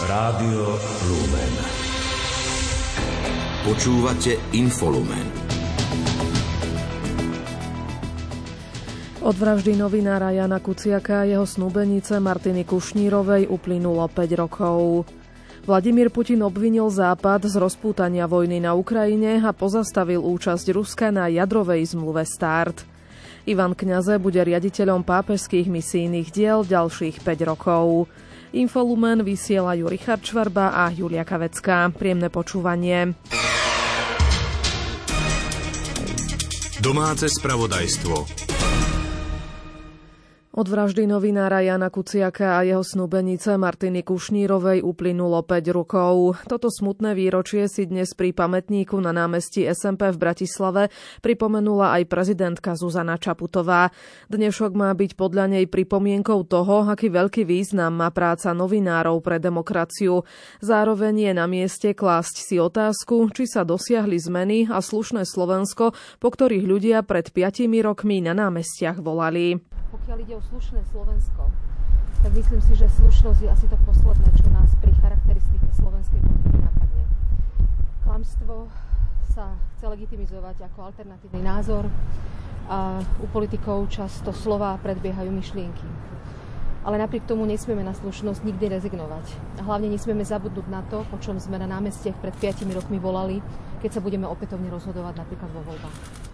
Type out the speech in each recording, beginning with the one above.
Rádio Lumen. Počúvate Infolumen. Od vraždy novinára Jana Kuciaka a jeho snúbenice Martiny Kušnírovej uplynulo 5 rokov. Vladimír Putin obvinil Západ z rozpútania vojny na Ukrajine a pozastavil účasť Ruska na jadrovej zmluve START. Ivan Kňaze bude riaditeľom pápežských misijných diel ďalších 5 rokov. Infolumen vysielajú Richard Čvarba a Julia Kavecká. Príjemné počúvanie. Domáce spravodajstvo. Od vraždy novinára Jana Kuciaka a jeho snúbenice Martiny Kušnírovej uplynulo 5 rokov. Toto smutné výročie si dnes pri pamätníku na námestí SMP v Bratislave pripomenula aj prezidentka Zuzana Čaputová. Dnešok má byť podľa nej pripomienkou toho, aký veľký význam má práca novinárov pre demokraciu. Zároveň je na mieste klásť si otázku, či sa dosiahli zmeny a slušné Slovensko, po ktorých ľudia pred 5 rokmi na námestiach volali. Pokiaľ ide o slušné Slovensko, tak myslím si, že slušnosť je asi to posledné, čo nás pri charakteristike slovenskej politiky napadne. Klamstvo sa chce legitimizovať ako alternatívny názor a u politikov často slová predbiehajú myšlienky. Ale napriek tomu nesmieme na slušnosť nikdy rezignovať. A hlavne nesmieme zabudnúť na to, po čom sme na námestiach pred 5 rokmi volali, keď sa budeme opätovne rozhodovať napríklad vo voľbách.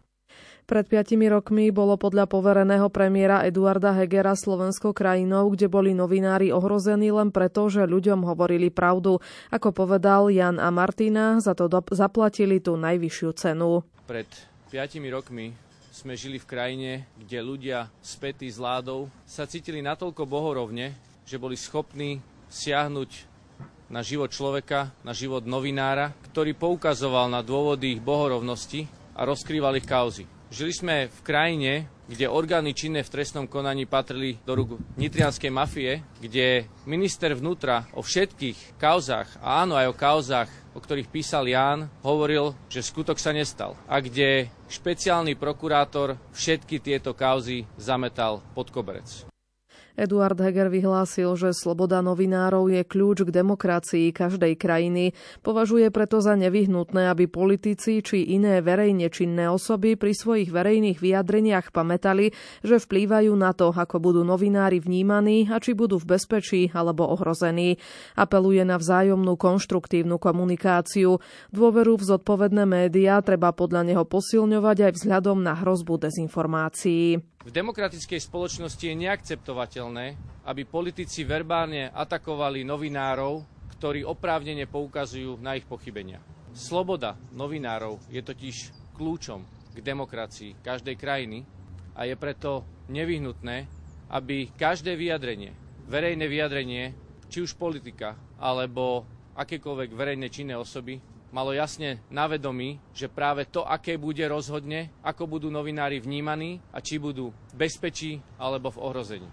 Pred 5 rokmi bolo podľa povereného premiéra Eduarda Hegera Slovenskou krajinou, kde boli novinári ohrození len preto, že ľuďom hovorili pravdu. Ako povedal Jan a Martina, za to zaplatili tú najvyššiu cenu. Pred 5 rokmi sme žili v krajine, kde ľudia spätí s vládou sa cítili natoľko bohorovne, že boli schopní siahnuť na život človeka, na život novinára, ktorý poukazoval na dôvody ich bohorovnosti a rozkrýval ich kauzy. Žili sme v krajine, kde orgány činné v trestnom konaní patrili do rúk nitrianskej mafie, kde minister vnútra o všetkých kauzách, a áno aj o kauzách, o ktorých písal Ján, hovoril, že skutok sa nestal. A kde špeciálny prokurátor všetky tieto kauzy zametal pod koberec. Eduard Heger vyhlásil, že sloboda novinárov je kľúč k demokracii každej krajiny. Považuje preto za nevyhnutné, aby politici či iné verejne činné osoby pri svojich verejných vyjadreniach pamätali, že vplývajú na to, ako budú novinári vnímaní a či budú v bezpečí alebo ohrození. Apeluje na vzájomnú konštruktívnu komunikáciu. Dôveru v zodpovedné médiá treba podľa neho posilňovať aj vzhľadom na hrozbu dezinformácií. V demokratickej spoločnosti je neakceptovateľné, aby politici verbálne atakovali novinárov, ktorí oprávnene poukazujú na ich pochybenia. Sloboda novinárov je totiž kľúčom k demokracii každej krajiny a je preto nevyhnutné, aby každé vyjadrenie, verejné vyjadrenie, či už politika alebo akékoľvek verejné činné osoby, malo jasne na vedomí, že práve to, aké bude, rozhodne, ako budú novinári vnímaní a či budú v bezpečí alebo v ohrození.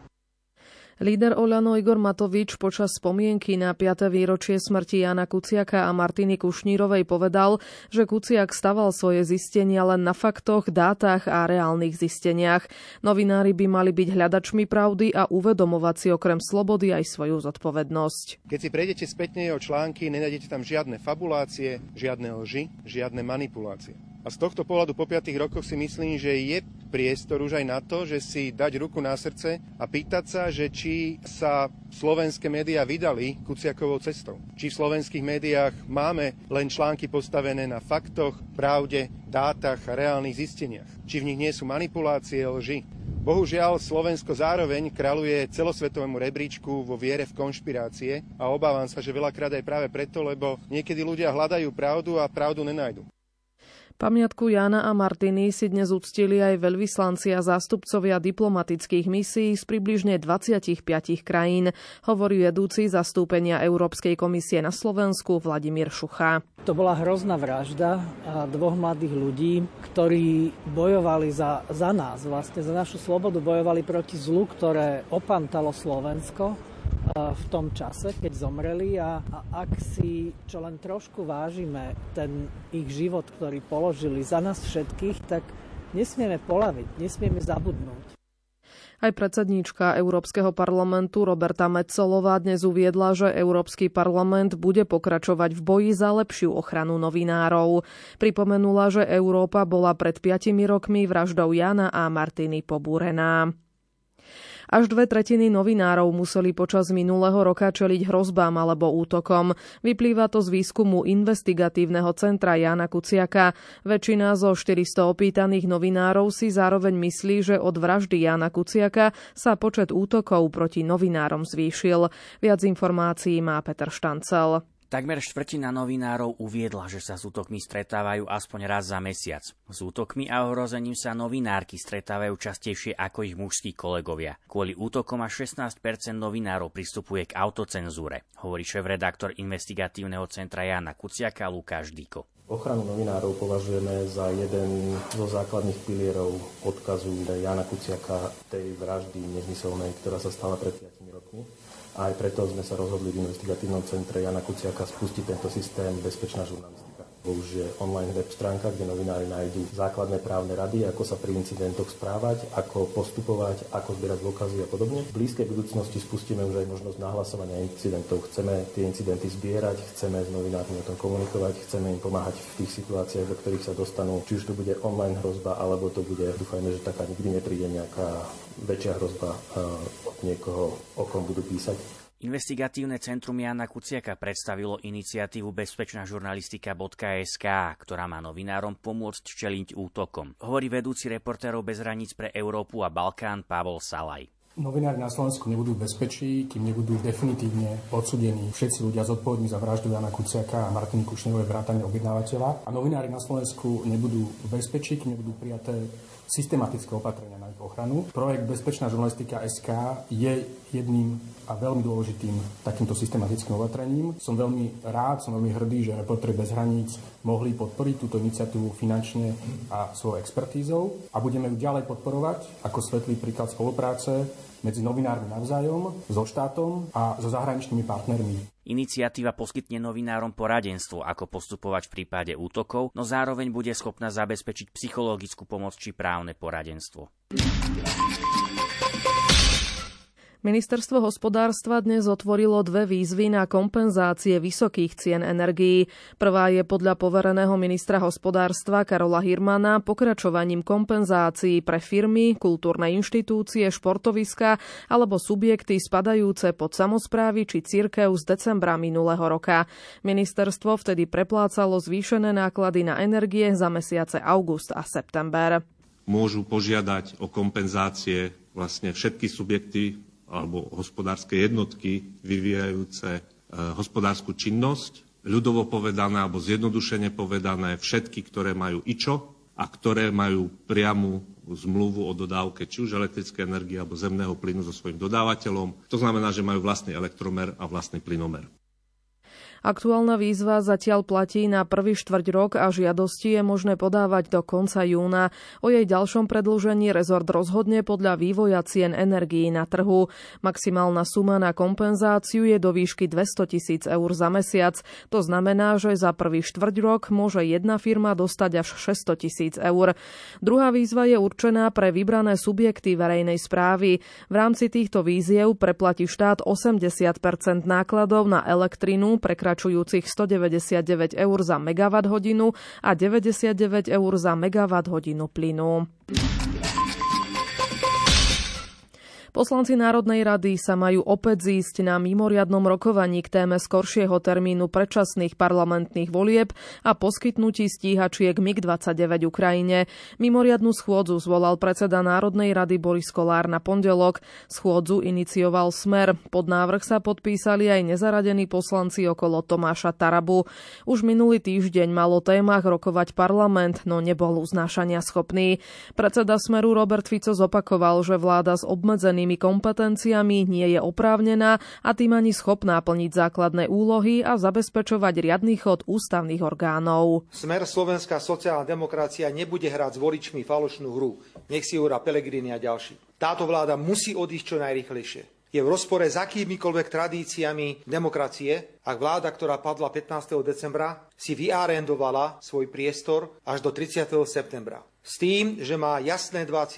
Líder Oľano Igor Matovič počas spomienky na 5. výročie smrti Jana Kuciaka a Martiny Kušnírovej povedal, že Kuciak staval svoje zistenia len na faktoch, dátach a reálnych zisteniach. Novinári by mali byť hľadačmi pravdy a uvedomovať si okrem slobody aj svoju zodpovednosť. Keď si prejdete spätne jeho články, nenájdete tam žiadne fabulácie, žiadne lži, žiadne manipulácie. A z tohto pohľadu po 5 rokoch si myslím, že je priestor už aj na to, že si dať ruku na srdce a pýtať sa, že či sa slovenské médiá vydali Kuciakovou cestou. Či v slovenských médiách máme len články postavené na faktoch, pravde, dátach a reálnych zisteniach. Či v nich nie sú manipulácie, lži. Bohužiaľ, Slovensko zároveň kráľuje celosvetovému rebríčku vo viere v konšpirácie a obávam sa, že veľakrát aj práve preto, lebo niekedy ľudia hľadajú pravdu a pravdu nenájdu. Pamiatku Jána a Martiny si dnes uctili aj veľvyslanci a zástupcovia diplomatických misií z približne 25 krajín, hovorí vedúci zastúpenia Európskej komisie na Slovensku Vladimír Šucha. To bola hrozná vražda dvoch mladých ľudí, ktorí bojovali za nás, vlastne za našu slobodu, bojovali proti zlu, ktoré opantalo Slovensko v tom čase, keď zomreli a ak si čo len trošku vážime ten ich život, ktorý položili za nás všetkých, tak nesmieme poľaviť, nesmieme zabudnúť. Aj predsedníčka Európskeho parlamentu Roberta Metsolová dnes uviedla, že Európsky parlament bude pokračovať v boji za lepšiu ochranu novinárov. Pripomenula, že Európa bola pred 5 rokmi vraždou Jána a Martiny pobúrená. Až 2/3 novinárov museli počas minulého roka čeliť hrozbám alebo útokom. Vyplýva to z výskumu investigatívneho centra Jána Kuciaka. Väčšina zo 400 opýtaných novinárov si zároveň myslí, že od vraždy Jána Kuciaka sa počet útokov proti novinárom zvýšil. Viac informácií má Peter Štancel. Takmer štvrtina novinárov uviedla, že sa s útokmi stretávajú aspoň raz za mesiac. S útokmi a ohrozením sa novinárky stretávajú častejšie ako ich mužskí kolegovia. Kvôli útokom až 16% novinárov pristupuje k autocenzúre, hovorí šéf-redaktor investigatívneho centra Jána Kuciaka Lukáš Diko. Ochranu novinárov považujeme za jeden zo základných pilierov odkazu Jána Kuciaka, tej vraždy nezmyselnej, ktorá sa stala pred 5 rokmi. A aj preto sme sa rozhodli v investigatívnom centre Jána Kuciaka spustiť tento systém Bezpečná žurnalistika. Už je online web stránka, kde novinári nájdú základné právne rady, ako sa pri incidentoch správať, ako postupovať, ako zbierať dôkazy a podobne. V blízkej budúcnosti spustíme už aj možnosť nahlasovania incidentov. Chceme tie incidenty zbierať, chceme s novinármi o tom komunikovať, chceme im pomáhať v tých situáciách, do ktorých sa dostanú. Či už to bude online hrozba, alebo to bude, dúfajme, že taká nikdy nepríde nejaká väčšia hrozba od niekoho, o kom budú písať. Investigatívne centrum Jána Kuciaka predstavilo iniciatívu bezpečnažurnalistika.sk, ktorá má novinárom pomôcť čeliť útokom. Hovorí vedúci Reportérov bez hraníc pre Európu a Balkán Pavol Salaj. Novinári na Slovensku nebudú v bezpečí, kým nebudú definitívne odsúdení všetci ľudia zodpovední za vraždu Jána Kuciaka a Martiny Kušnírovej vrátane objednávateľa. A novinári na Slovensku nebudú v bezpečí, kým nebudú prijaté systematické opatrenia na ich ochranu. Projekt Bezpečná žurnalistika SK je jedným a veľmi dôležitým takýmto systematickým opatrením. Som veľmi rád, som veľmi hrdý, že Reportéri bez hraníc mohli podporiť túto iniciatívu finančne a svojou expertízou a budeme ju ďalej podporovať ako svetlý príklad spolupráce medzi novinármi navzájom, so štátom a so zahraničnými partnermi. Iniciatíva poskytne novinárom poradenstvo, ako postupovať v prípade útokov, no zároveň bude schopná zabezpečiť psychologickú pomoc či právne poradenstvo. Ministerstvo hospodárstva dnes otvorilo 2 výzvy na kompenzácie vysokých cien energií. Prvá je podľa povereného ministra hospodárstva Karola Hirmana pokračovaním kompenzácií pre firmy, kultúrne inštitúcie, športoviská alebo subjekty spadajúce pod samosprávy či cirkev z decembra minulého roka. Ministerstvo vtedy preplácalo zvýšené náklady na energie za mesiace august a september. Môžu požiadať o kompenzácie vlastne všetky subjekty alebo hospodárske jednotky vyvíjajúce hospodársku činnosť, ľudovo povedané alebo zjednodušene povedané všetky, ktoré majú IČO a ktoré majú priamu zmluvu o dodávke či už elektrické energie alebo zemného plynu so svojím dodávateľom. To znamená, že majú vlastný elektromer a vlastný plynomer. Aktuálna výzva zatiaľ platí na prvý štvrťrok a žiadosti je možné podávať do konca júna. O jej ďalšom predĺžení rezort rozhodne podľa vývoja cien energií na trhu. Maximálna suma na kompenzáciu je do výšky 200 000 eur za mesiac. To znamená, že za prvý štvrťrok môže jedna firma dostať až 600 000 eur. Druhá výzva je určená pre vybrané subjekty verejnej správy. V rámci týchto výziev preplatí štát 80% nákladov na elektrinu prekračujúcich 199 eur za megawatt-hodinu a 99 eur za megawatt-hodinu plynu. Poslanci Národnej rady sa majú opäť zísť na mimoriadnom rokovaní k téme skoršieho termínu predčasných parlamentných volieb a poskytnutí stíhačiek MiG-29 Ukrajine. Mimoriadnu schôdzu zvolal predseda Národnej rady Boris Kollár na pondelok. Schôdzu inicioval Smer. Pod návrh sa podpísali aj nezaradení poslanci okolo Tomáša Tarabu. Už minulý týždeň mal o témach rokovať parlament, no nebol uznášania schopný. Predseda Smeru Robert Fico zopakoval, že vláda s obmedzenými kompetenciami nie je oprávnená a tým ani schopná plniť základné úlohy a zabezpečovať riadny chod ústavných orgánov. Smer Slovenská sociálna demokracia nebude hrať s voličmi falošnú hru. Nech si hrá Pellegrini a ďalší. Táto vláda musí odísť čo najrýchlejšie. Je v rozpore s akýmikoľvek tradíciami demokracie, ak vláda, ktorá padla 15. decembra, si vyarendovala svoj priestor až do 30. septembra. S tým, že má jasné 2 ciele.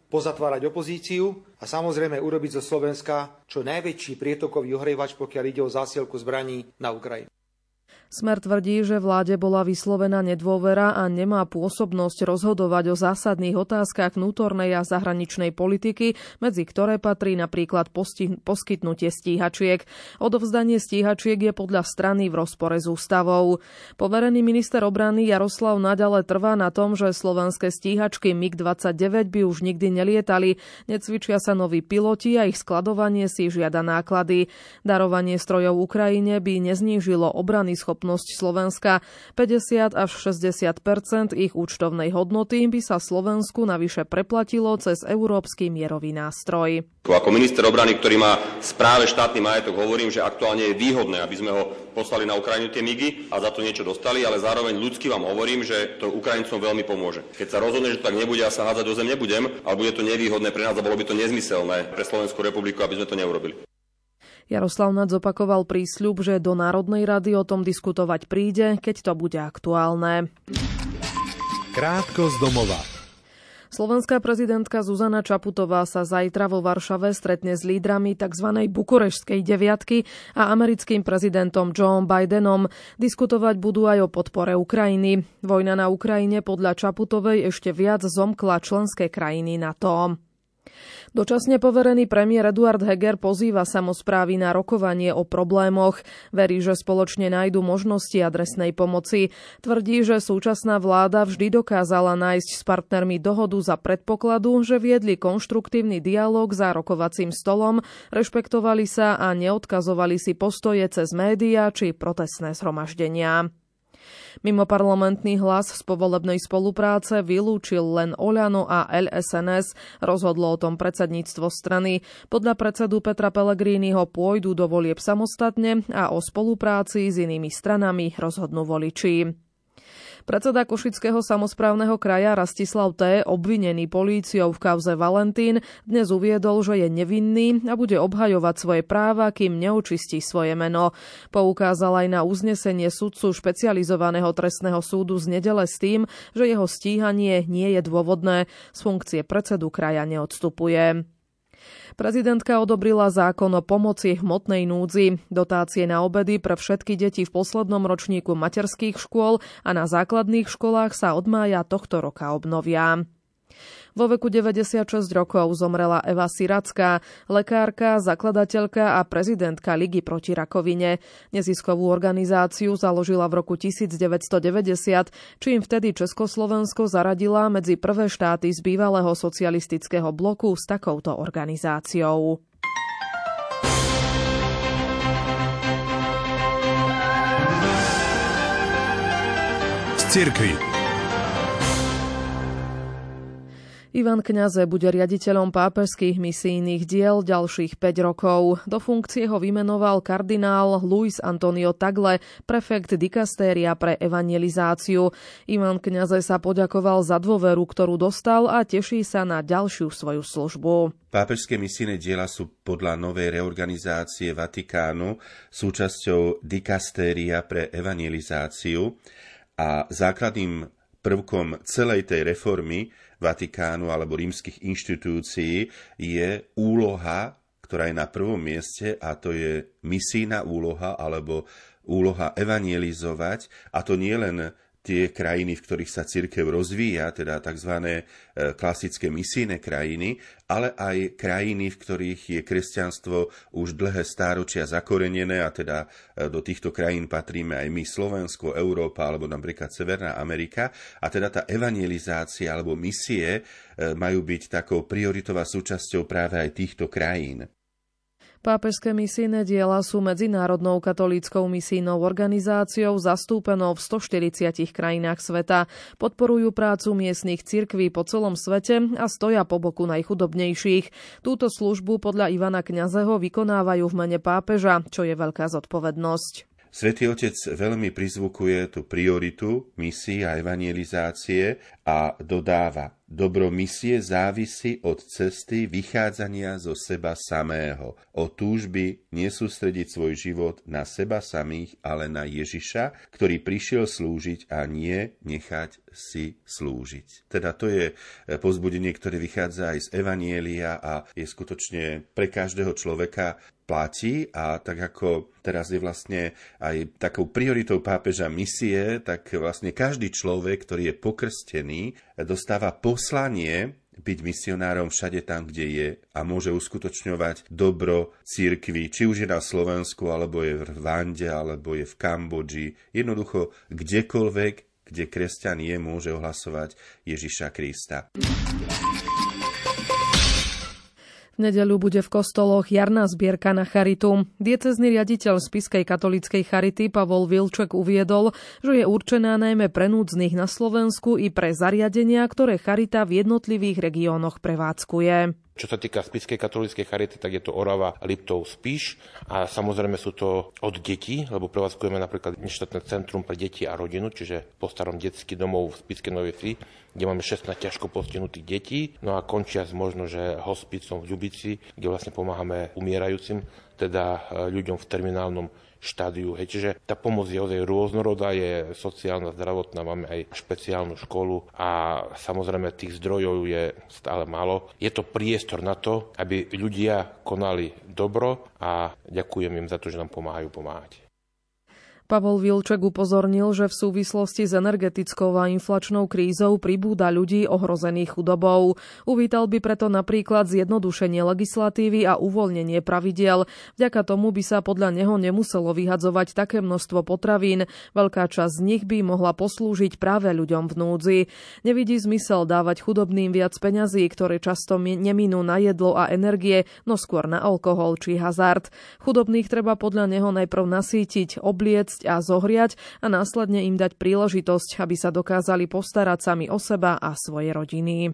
pozatvárať opozíciu a samozrejme urobiť zo Slovenska čo najväčší prietokový ohrievač, pokiaľ ide o zásielku zbraní na Ukrajinu. Smer tvrdí, že vláde bola vyslovená nedôvera a nemá pôsobnosť rozhodovať o zásadných otázkach vnútornej a zahraničnej politiky, medzi ktoré patrí napríklad poskytnutie stíhačiek. Odovzdanie stíhačiek je podľa strany v rozpore s ústavou. Poverený minister obrany Jaroslav naďalej trvá na tom, že slovenské stíhačky MiG-29 by už nikdy nelietali. Necvičia sa noví piloti a ich skladovanie si žiada náklady. Darovanie strojov Ukrajine by neznížilo obrany schopnosti Slovenska. 50 až 60% ich účtovnej hodnoty by sa Slovensku navyše preplatilo cez európsky mierový nástroj. Ako minister obrany, ktorý má správe štátny majetok, hovorím, že aktuálne je výhodné, aby sme ho poslali na Ukrajinu tie migy a za to niečo dostali, ale zároveň ľudsky vám hovorím, že to Ukrajincom veľmi pomôže. Keď sa rozhodne, že to tak nebude, ja sa hádzať do zem nebudem, ale bude to nevýhodné pre nás a bolo by to nezmyselné pre Slovenskú republiku, aby sme to neurobili. Jaroslav Naď zopakoval prísľub, že do Národnej rady o tom diskutovať príde, keď to bude aktuálne. Krátko z domova. Slovenská prezidentka Zuzana Čaputová sa zajtra vo Varšave stretne s lídrami tzv. Bukurešskej deviatky a americkým prezidentom Joe Bidenom. Diskutovať budú aj o podpore Ukrajiny. Vojna na Ukrajine podľa Čaputovej ešte viac zomkla členské krajiny NATO. Dočasne poverený premiér Eduard Heger pozýva samosprávy na rokovanie o problémoch. Verí, že spoločne nájdu možnosti adresnej pomoci. Tvrdí, že súčasná vláda vždy dokázala nájsť s partnermi dohodu za predpokladu, že viedli konštruktívny dialóg za rokovacím stolom, rešpektovali sa a neodkazovali si postoje cez médiá či protestné zhromaždenia. Mimoparlamentný Hlas z povolebnej spolupráce vylúčil len Oľano a LSNS. Rozhodlo o tom predsedníctvo strany. Podľa predsedu Petra Pellegriniho pôjdu do volieb samostatne a o spolupráci s inými stranami rozhodnú voliči. Predseda Košického samosprávneho kraja Rastislav T., obvinený políciou v kauze Valentín, dnes uviedol, že je nevinný a bude obhajovať svoje práva, kým neočistí svoje meno. Poukázal aj na uznesenie sudcu špecializovaného trestného súdu z nedele s tým, že jeho stíhanie nie je dôvodné. Z funkcie predsedu kraja neodstupuje. Prezidentka odobrila zákon o pomoci v hmotnej núdzi. Dotácie na obedy pre všetky deti v poslednom ročníku materských škôl a na základných školách sa od mája tohto roka obnovia. Vo veku 96 rokov zomrela Eva Siracká, lekárka, zakladateľka a prezidentka Ligy proti rakovine. Neziskovú organizáciu založila v roku 1990, čím vtedy Československo zaradila medzi prvé štáty z bývalého socialistického bloku s takouto organizáciou. Z cirkvi. Ivan Kňaze bude riaditeľom pápežských misijných diel ďalších 5 rokov. Do funkcie ho vymenoval kardinál Luis Antonio Tagle, prefekt dikastéria pre evangelizáciu. Ivan Kňaze sa poďakoval za dôveru, ktorú dostal a teší sa na ďalšiu svoju službu. Pápežské misijné diela sú podľa novej reorganizácie Vatikánu súčasťou dikastéria pre evangelizáciu a základným prvkom celej tej reformy Vatikánu alebo rímskych inštitúcií je úloha, ktorá je na prvom mieste, a to je misijná úloha alebo úloha evangelizovať, a to nie len tie krajiny, v ktorých sa cirkev rozvíja, teda tzv. Klasické misijné krajiny, ale aj krajiny, v ktorých je kresťanstvo už dlhé stáročia zakorenené, a teda do týchto krajín patríme aj my, Slovensko, Európa alebo napríklad Severná Amerika. A teda tá evangelizácia alebo misie majú byť takou prioritovou súčasťou práve aj týchto krajín. Pápežské misijné diela sú medzinárodnou katolíckou misijnou organizáciou zastúpenou v 140 krajinách sveta. Podporujú prácu miestnych cirkví po celom svete a stoja po boku najchudobnejších. Túto službu podľa Ivana Kňazeho vykonávajú v mene pápeža, čo je veľká zodpovednosť. Svätý Otec veľmi prizvukuje tú prioritu misie a evangelizácie a dodáva: dobro misie závisí od cesty vychádzania zo seba samého, od túžby nesústrediť svoj život na seba samých, ale na Ježiša, ktorý prišiel slúžiť a nie nechať si slúžiť. Teda to je povzbudenie, ktoré vychádza aj z evanjelia a je skutočne pre každého človeka platí, a tak ako teraz je vlastne aj takou prioritou pápeža misie, tak vlastne každý človek, ktorý je pokrstený, dostáva poslanie byť misionárom všade tam, kde je, a môže uskutočňovať dobro cirkvi, či už je na Slovensku, alebo je v Rwande, alebo je v Kambodži. Jednoducho kdekoľvek, kde kresťan je, môže ohlasovať Ježiša Krista. V nedeľu bude v kostoloch jarná zbierka na charitu. Diecézny riaditeľ Spišskej katolíckej charity Pavol Vilček uviedol, že je určená najmä pre núdznych na Slovensku i pre zariadenia, ktoré charita v jednotlivých regiónoch prevádzkuje. Čo sa týka Spišskej katolíckej charity, tak je to Orava, Liptov, Spiš, a samozrejme sú to od detí, lebo prevádzkujeme napríklad neštátne centrum pre deti a rodinu, čiže po starom detský domov v Spišskej Novej Vsi, kde máme 16 ťažko postihnutých detí, no a končia možno, že hospicom v Ľubici, kde vlastne pomáhame umierajúcim, teda ľuďom v terminálnom štádiu. Čiže tá pomoc je ozaj rôznorodá, je sociálna, zdravotná, máme aj špeciálnu školu a samozrejme tých zdrojov je stále málo. Je to priestor na to, aby ľudia konali dobro, a ďakujem im za to, že nám pomáhajú pomáhať. Pavol Vilček upozornil, že v súvislosti s energetickou a inflačnou krízou pribúda ľudí ohrozených chudobou. Uvítal by preto napríklad zjednodušenie legislatívy a uvoľnenie pravidiel. Vďaka tomu by sa podľa neho nemuselo vyhadzovať také množstvo potravín. Veľká časť z nich by mohla poslúžiť práve ľuďom v núdzi. Nevidí zmysel dávať chudobným viac peňazí, ktoré často neminú na jedlo a energie, no skôr na alkohol či hazard. Chudobných treba podľa neho najprv nasýtiť, obliecť a zohriať a následne im dať príležitosť, aby sa dokázali postarať sami o seba a svoje rodiny.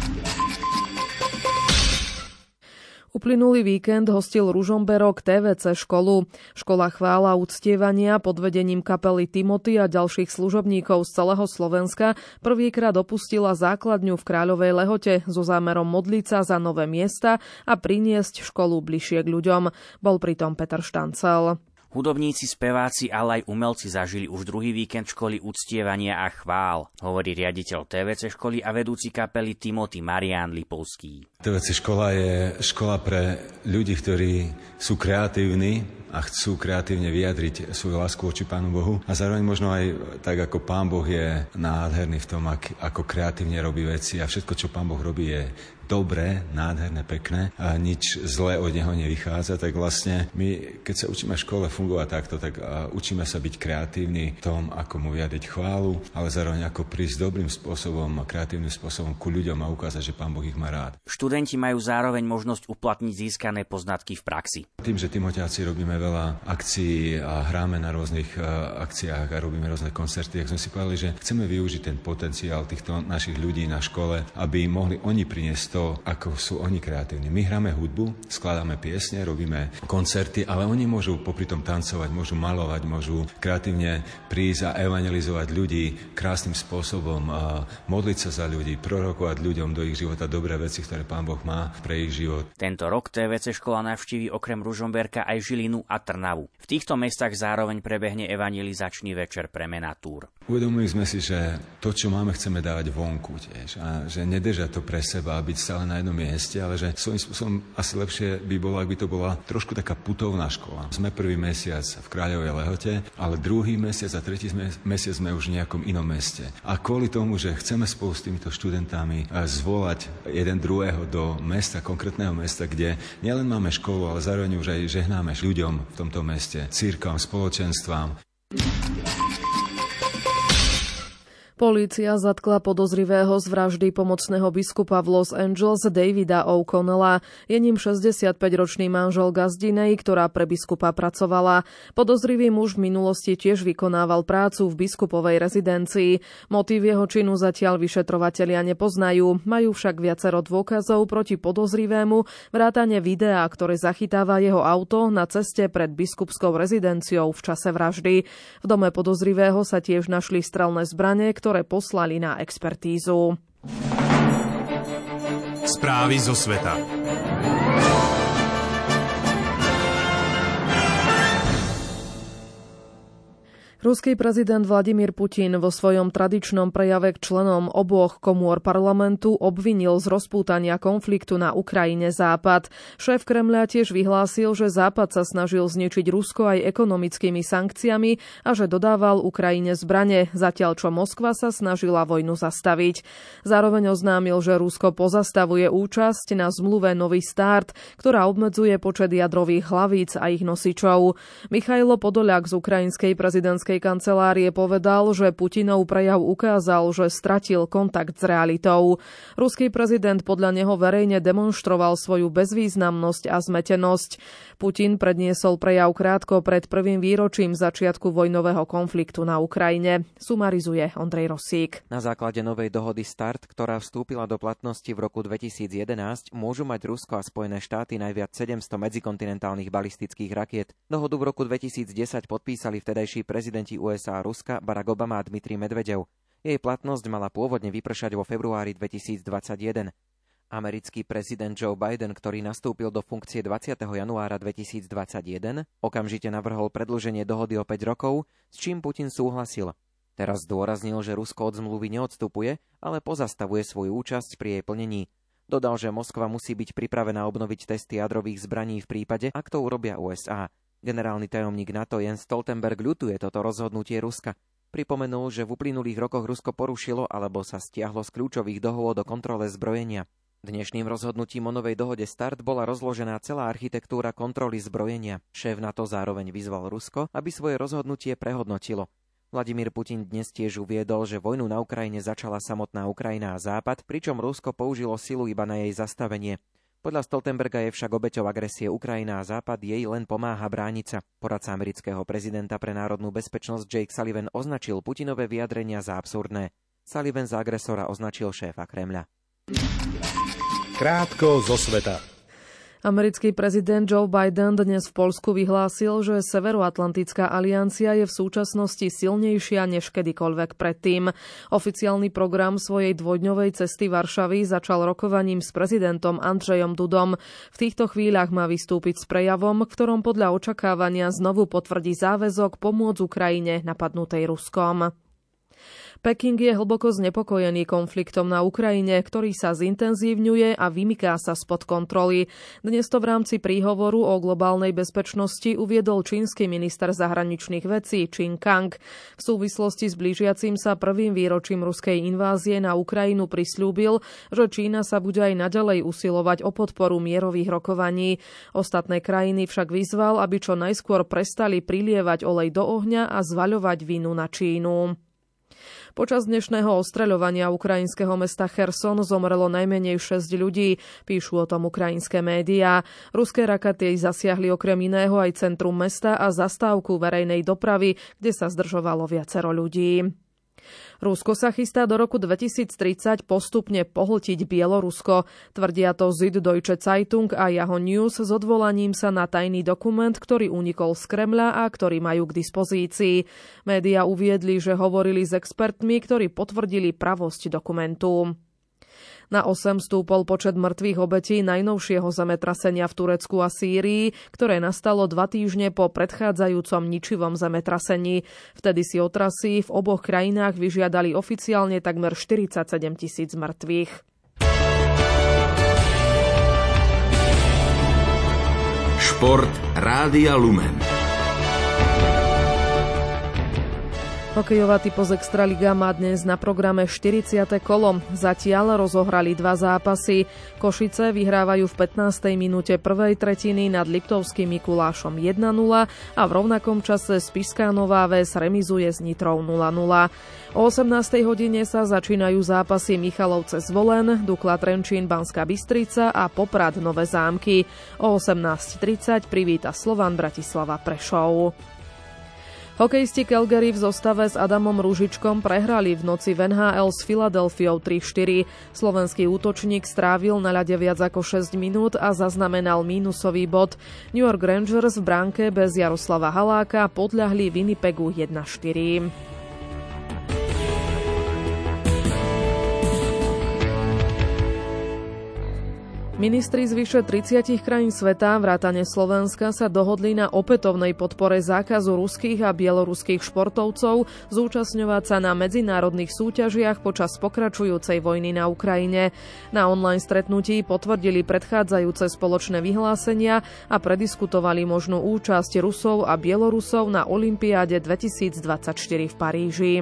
Uplynulý víkend hostil Ružomberok TVC školu. Škola chvála uctievania pod vedením kapely Timothy a ďalších služobníkov z celého Slovenska prvýkrát opustila základňu v Kráľovej Lehote so zámerom modliť sa za nové miesta a priniesť školu bližšie k ľuďom. Bol pritom Peter Štancel. Hudobníci, speváci, ale aj umelci zažili už druhý víkend školy uctievania a chvál, hovorí riaditeľ TVC školy a vedúci kapely Timothy Marián Lipovský. TVC škola je škola pre ľudí, ktorí sú kreatívni a chcú kreatívne vyjadriť svoju lásku voči Pánu Bohu. A zároveň možno aj tak, ako Pán Boh je nádherný v tom, ako kreatívne robí veci, a všetko, čo Pán Boh robí, je dobré, nádherné, pekné a nič zlé od neho nevychádza, tak vlastne my, keď sa učíme v škole fungovať takto, tak učíme sa byť kreatívni v tom, ako mu vyjadriť chválu, ale zároveň ako prísť dobrým spôsobom a kreatívnym spôsobom ku ľuďom a ukázať, že Pán Boh ich má rád. Študenti majú zároveň možnosť uplatniť získané poznatky v praxi. Tým, že Timoťáci robíme veľa akcií a hráme na rôznych akciách a robíme rôzne koncerty, tak sme si povedali, že chceme využiť ten potenciál týchto našich ľudí na škole, aby mohli oni priniesť to, ako sú oni kreatívni. My hráme hudbu, skladáme piesne, robíme koncerty, ale oni môžu popri tom tancovať, môžu malovať, môžu kreatívne prísť a evangelizovať ľudí krásnym spôsobom, a modliť sa za ľudí, prorokovať ľuďom do ich života dobré veci, ktoré Pán Boh má pre ich život. Tento rok TVC škola navštíví okrem Ružomberka aj Žilinu a Trnavu. V týchto mestách zároveň prebehne evangelizačný večer pre menatúr. Uvedomili sme si, že to, čo máme, chceme dávať vonku tiež, a že nedržať to pre seba, byť stále na jednom mieste, ale že svojím spôsobom asi lepšie by bolo, ak by to bola trošku taká putovná škola. Sme prvý mesiac v Kráľovej Lehote, ale druhý mesiac a tretí mesiac sme už v nejakom inom meste. A kvôli tomu, že chceme spolu s týmito študentami zvolať jeden druhého do mesta, konkrétneho mesta, kde nielen máme školu, ale zároveň už aj žehnáme ľuďom v tomto meste, cirkvám, spoločenstvám. Polícia zatkla podozrivého z vraždy pomocného biskupa v Los Angeles Davida O'Connella. Je ním 65-ročný manžel Gazdinej, ktorá pre biskupa pracovala. Podozrivý muž v minulosti tiež vykonával prácu v biskupovej rezidencii. Motív jeho činu zatiaľ vyšetrovatelia nepoznajú. Majú však viacero dôkazov proti podozrivému, vrátane videa, ktoré zachytáva jeho auto na ceste pred biskupskou rezidenciou v čase vraždy. V dome podozrivého sa tiež našli strelné zbrane, ktoré poslali na expertízu. Správy zo sveta. Ruský prezident Vladimír Putin vo svojom tradičnom prejave k členom oboch komôr parlamentu obvinil z rozpútania konfliktu na Ukrajine Západ. Šéf Kremľa tiež vyhlásil, že Západ sa snažil zničiť Rusko aj ekonomickými sankciami a že dodával Ukrajine zbrane, zatiaľ čo Moskva sa snažila vojnu zastaviť. Zároveň oznámil, že Rusko pozastavuje účasť na zmluve Nový štart, ktorá obmedzuje počet jadrových hlavíc a ich nosičov. Michailo Podoliak z ukrajinskej prezidentskej kancelárie povedal, že Putinov prejav ukázal, že stratil kontakt s realitou. Ruský prezident podľa neho verejne demonstroval svoju bezvýznamnosť a zmetenosť. Putin predniesol prejav krátko pred prvým výročím začiatku vojnového konfliktu na Ukrajine. Sumarizuje Ondrej Rosík. Na základe novej dohody START, ktorá vstúpila do platnosti v roku 2011, môžu mať Rusko a Spojené štáty najviac 700 medzikontinentálnych balistických rakiet. Dohodu v roku 2010 podpísali vtedajší prezidenti USA a Ruska Barack Obama a Dmitrij Medvedev. Jej platnosť mala pôvodne vypršať vo februári 2021. Americký prezident Joe Biden, ktorý nastúpil do funkcie 20. januára 2021, okamžite navrhol predĺženie dohody o 5 rokov, s čím Putin súhlasil. Teraz zdôraznil, že Rusko od zmluvy neodstupuje, ale pozastavuje svoju účasť pri jej plnení. Dodal, že Moskva musí byť pripravená obnoviť testy jadrových zbraní v prípade, ak to urobia USA. Generálny tajomník NATO Jens Stoltenberg ľutuje toto rozhodnutie Ruska. Pripomenul, že v uplynulých rokoch Rusko porušilo alebo sa stiahlo z kľúčových dohôd o kontrole zbrojenia. Dnešným rozhodnutím o novej dohode START bola rozložená celá architektúra kontroly zbrojenia. Šéf NATO zároveň vyzval Rusko, aby svoje rozhodnutie prehodnotilo. Vladimír Putin dnes tiež uviedol, že vojnu na Ukrajine začala samotná Ukrajina a Západ, pričom Rusko použilo silu iba na jej zastavenie. Podľa Stoltenberga je však obeťou agresie Ukrajina a Západ jej len pomáha brániť sa. Poradca amerického prezidenta pre národnú bezpečnosť Jake Sullivan označil Putinové vyjadrenia za absurdné. Sullivan za agresora označil šéfa Kremľa. Krátko zo sveta. Americký prezident Joe Biden dnes v Poľsku vyhlásil, že Severoatlantická aliancia je v súčasnosti silnejšia než kedykoľvek predtým. Oficiálny program svojej dvojdňovej cesty Varšavy začal rokovaním s prezidentom Andrzejom Dudom. V týchto chvíľach má vystúpiť s prejavom, v ktorom podľa očakávania znovu potvrdí záväzok pomôcť Ukrajine napadnutej Ruskom. Peking je hlboko znepokojený konfliktom na Ukrajine, ktorý sa zintenzívňuje a vymyká sa spod kontroly. Dnes to v rámci príhovoru o globálnej bezpečnosti uviedol čínsky minister zahraničných vecí Qin Kang. V súvislosti s blížiacim sa prvým výročím ruskej invázie na Ukrajinu prisľúbil, že Čína sa bude aj naďalej usilovať o podporu mierových rokovaní. Ostatné krajiny však vyzval, aby čo najskôr prestali prilievať olej do ohňa a zvaľovať vinu na Čínu. Počas dnešného ostreľovania ukrajinského mesta Cherson zomrelo najmenej 6 ľudí, píšu o tom ukrajinské médiá. Ruské rakety zasiahli okrem iného aj centrum mesta a zastávku verejnej dopravy, kde sa zdržovalo viacero ľudí. Rusko sa chystá do roku 2030 postupne pohltiť Bielorusko. Tvrdia to Süddeutsche Zeitung a Yahoo News s odvolaním sa na tajný dokument, ktorý unikol z Kremľa a ktorý majú k dispozícii. Média uviedli, že hovorili s expertmi, ktorí potvrdili pravosť dokumentu. Na 8 stúpol počet mŕtvych obetí najnovšieho zemetrasenia v Turecku a Sýrii, ktoré nastalo 2 týždne po predchádzajúcom ničivom zemetrasení. Vtedy si otrasy v oboch krajinách vyžiadali oficiálne takmer 47 000 mŕtvych. Šport Rádia Lumen. Hokejová Typos Extraliga má dnes na programe 40. kolo. Zatiaľ rozohrali 2 zápasy. Košice vyhrávajú v 15. minúte prvej tretiny nad Liptovským Mikulášom 1-0 a v rovnakom čase Spišská Nová Ves remizuje s Nitrou 0-0. O 18. hodine sa začínajú zápasy Michalovce Zvolen, Dukla Trenčín Banská Bystrica a Poprad Nové Zámky. O 18:30 privíta Slovan Bratislava Prešov. Hokejisti Calgary v zostave s Adamom Ružičkom prehrali v noci v NHL s Filadelfiou 3-4. Slovenský útočník strávil na ľade viac ako 6 minút a zaznamenal mínusový bod. New York Rangers v bránke bez Jaroslava Haláka podľahli Winnipegu 1-4. Ministri z vyše 30 krajín sveta, vrátane Slovenska, sa dohodli na opätovnej podpore zákazu ruských a bieloruských športovcov zúčastňovať sa na medzinárodných súťažiach počas pokračujúcej vojny na Ukrajine. Na online stretnutí potvrdili predchádzajúce spoločné vyhlásenia a prediskutovali možnú účasť Rusov a Bielorusov na olympiáde 2024 v Paríži.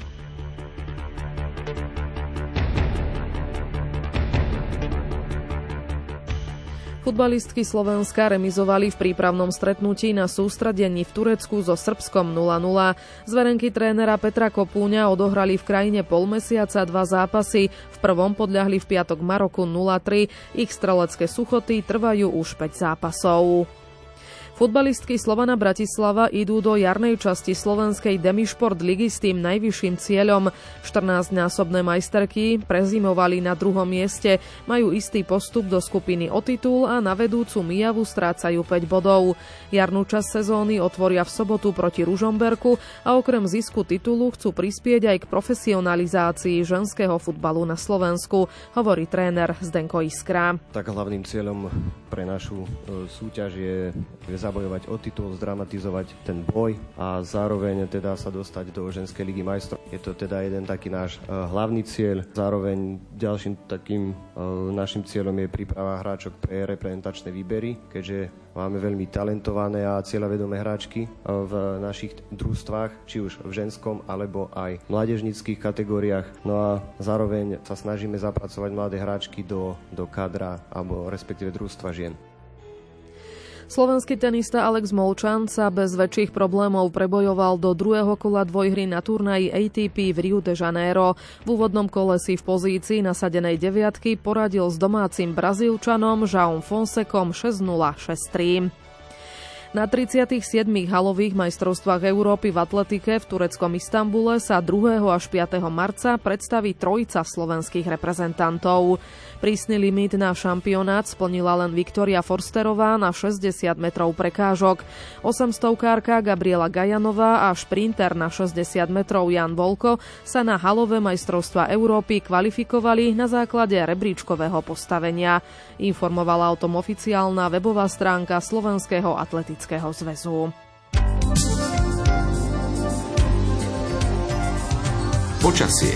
Futbalistky Slovenska remizovali v prípravnom stretnutí na sústredení v Turecku so Srbskom 0-0. Zverenky trénera Petra Kopúňa odohrali v krajine pol mesiaca 2 zápasy. V prvom podľahli v piatok Maroku 0-3. Ich strelecké suchoty trvajú už 5 zápasov. Futbalistky Slovana Bratislava idú do jarnej časti slovenskej Demišport ligy s tým najvyšším cieľom. 14-násobné majsterky prezimovali na 2. mieste, majú istý postup do skupiny o titul a na vedúcu Mijavu strácajú 5 bodov. Jarnú časť sezóny otvoria v sobotu proti Ružomberku a okrem zisku titulu chcú prispieť aj k profesionalizácii ženského futbalu na Slovensku, hovorí tréner Zdenko Iskra. Tak hlavným cieľom pre našu súťaž je zabojovať o titul, zdramatizovať ten boj a zároveň teda sa dostať do ženskej ligy majstrov. Je to teda jeden taký náš hlavný cieľ. Zároveň ďalším takým našim cieľom je príprava hráčok pre reprezentačné výbery, keďže máme veľmi talentované a cieľavedomé hráčky v našich družstvách, či už v ženskom alebo aj mládežníckych kategóriách. No a zároveň sa snažíme zapracovať mladé hráčky do kádra alebo respektíve družstva žien. Slovenský tenista Alex Molčan sa bez väčších problémov prebojoval do 2. kola dvojhry na turnaji ATP v Rio de Janeiro. V úvodnom kole si v pozícii nasadenej deviatky poradil s domácim Brazílčanom João Fonsecom 6-0, 6-3. Na 37. halových majstrovstvách Európy v atletike v tureckom Istanbule sa 2. až 5. marca predstaví trojica slovenských reprezentantov. Prísny limit na šampionát splnila len Viktória Forsterová na 60 metrov prekážok. 800-kárka Gabriela Gajanová a šprinter na 60 metrov Jan Volko sa na halové majstrovstvá Európy kvalifikovali na základe rebríčkového postavenia. Informovala o tom oficiálna webová stránka Slovenského atletického zväzu. Počasie.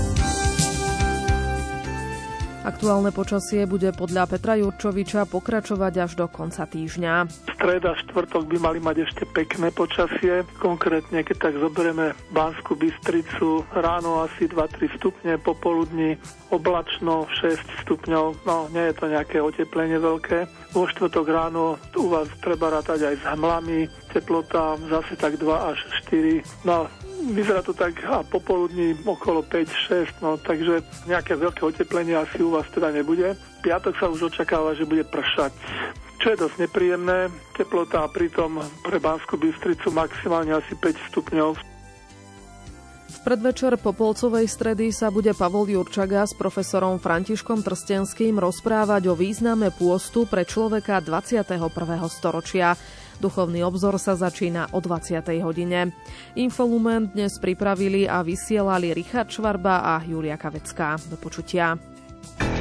Aktuálne počasie bude podľa Petra Jurčoviča pokračovať až do konca týždňa. Streda, štvrtok by mali mať ešte pekné počasie. Konkrétne, keď tak zoberieme Banskú Bystricu, ráno asi 2-3 stupne, popoludní oblačno 6 stupňov. No, nie je to nejaké oteplenie veľké. Vo štvrtok ráno u vás treba rátať aj s hmlami. Teplota zase tak 2 až 4. No, vyzerá to tak a popoludní okolo 5-6, no takže nejaké veľké oteplenie asi u vás teda nebude. V piatok sa už očakáva, že bude pršať, čo je dosť nepríjemné. Teplota pritom pre Banskú Bystricu maximálne asi 5 stupňov. V predvečer Popolcovej stredy sa bude Pavol Jurčaga s profesorom Františkom Trstenským rozprávať o význame pôstu pre človeka 21. storočia. Duchovný obzor sa začína o 20. hodine. Infolumen dnes pripravili a vysielali Richard Švarba a Julia Kavecká. Do počutia.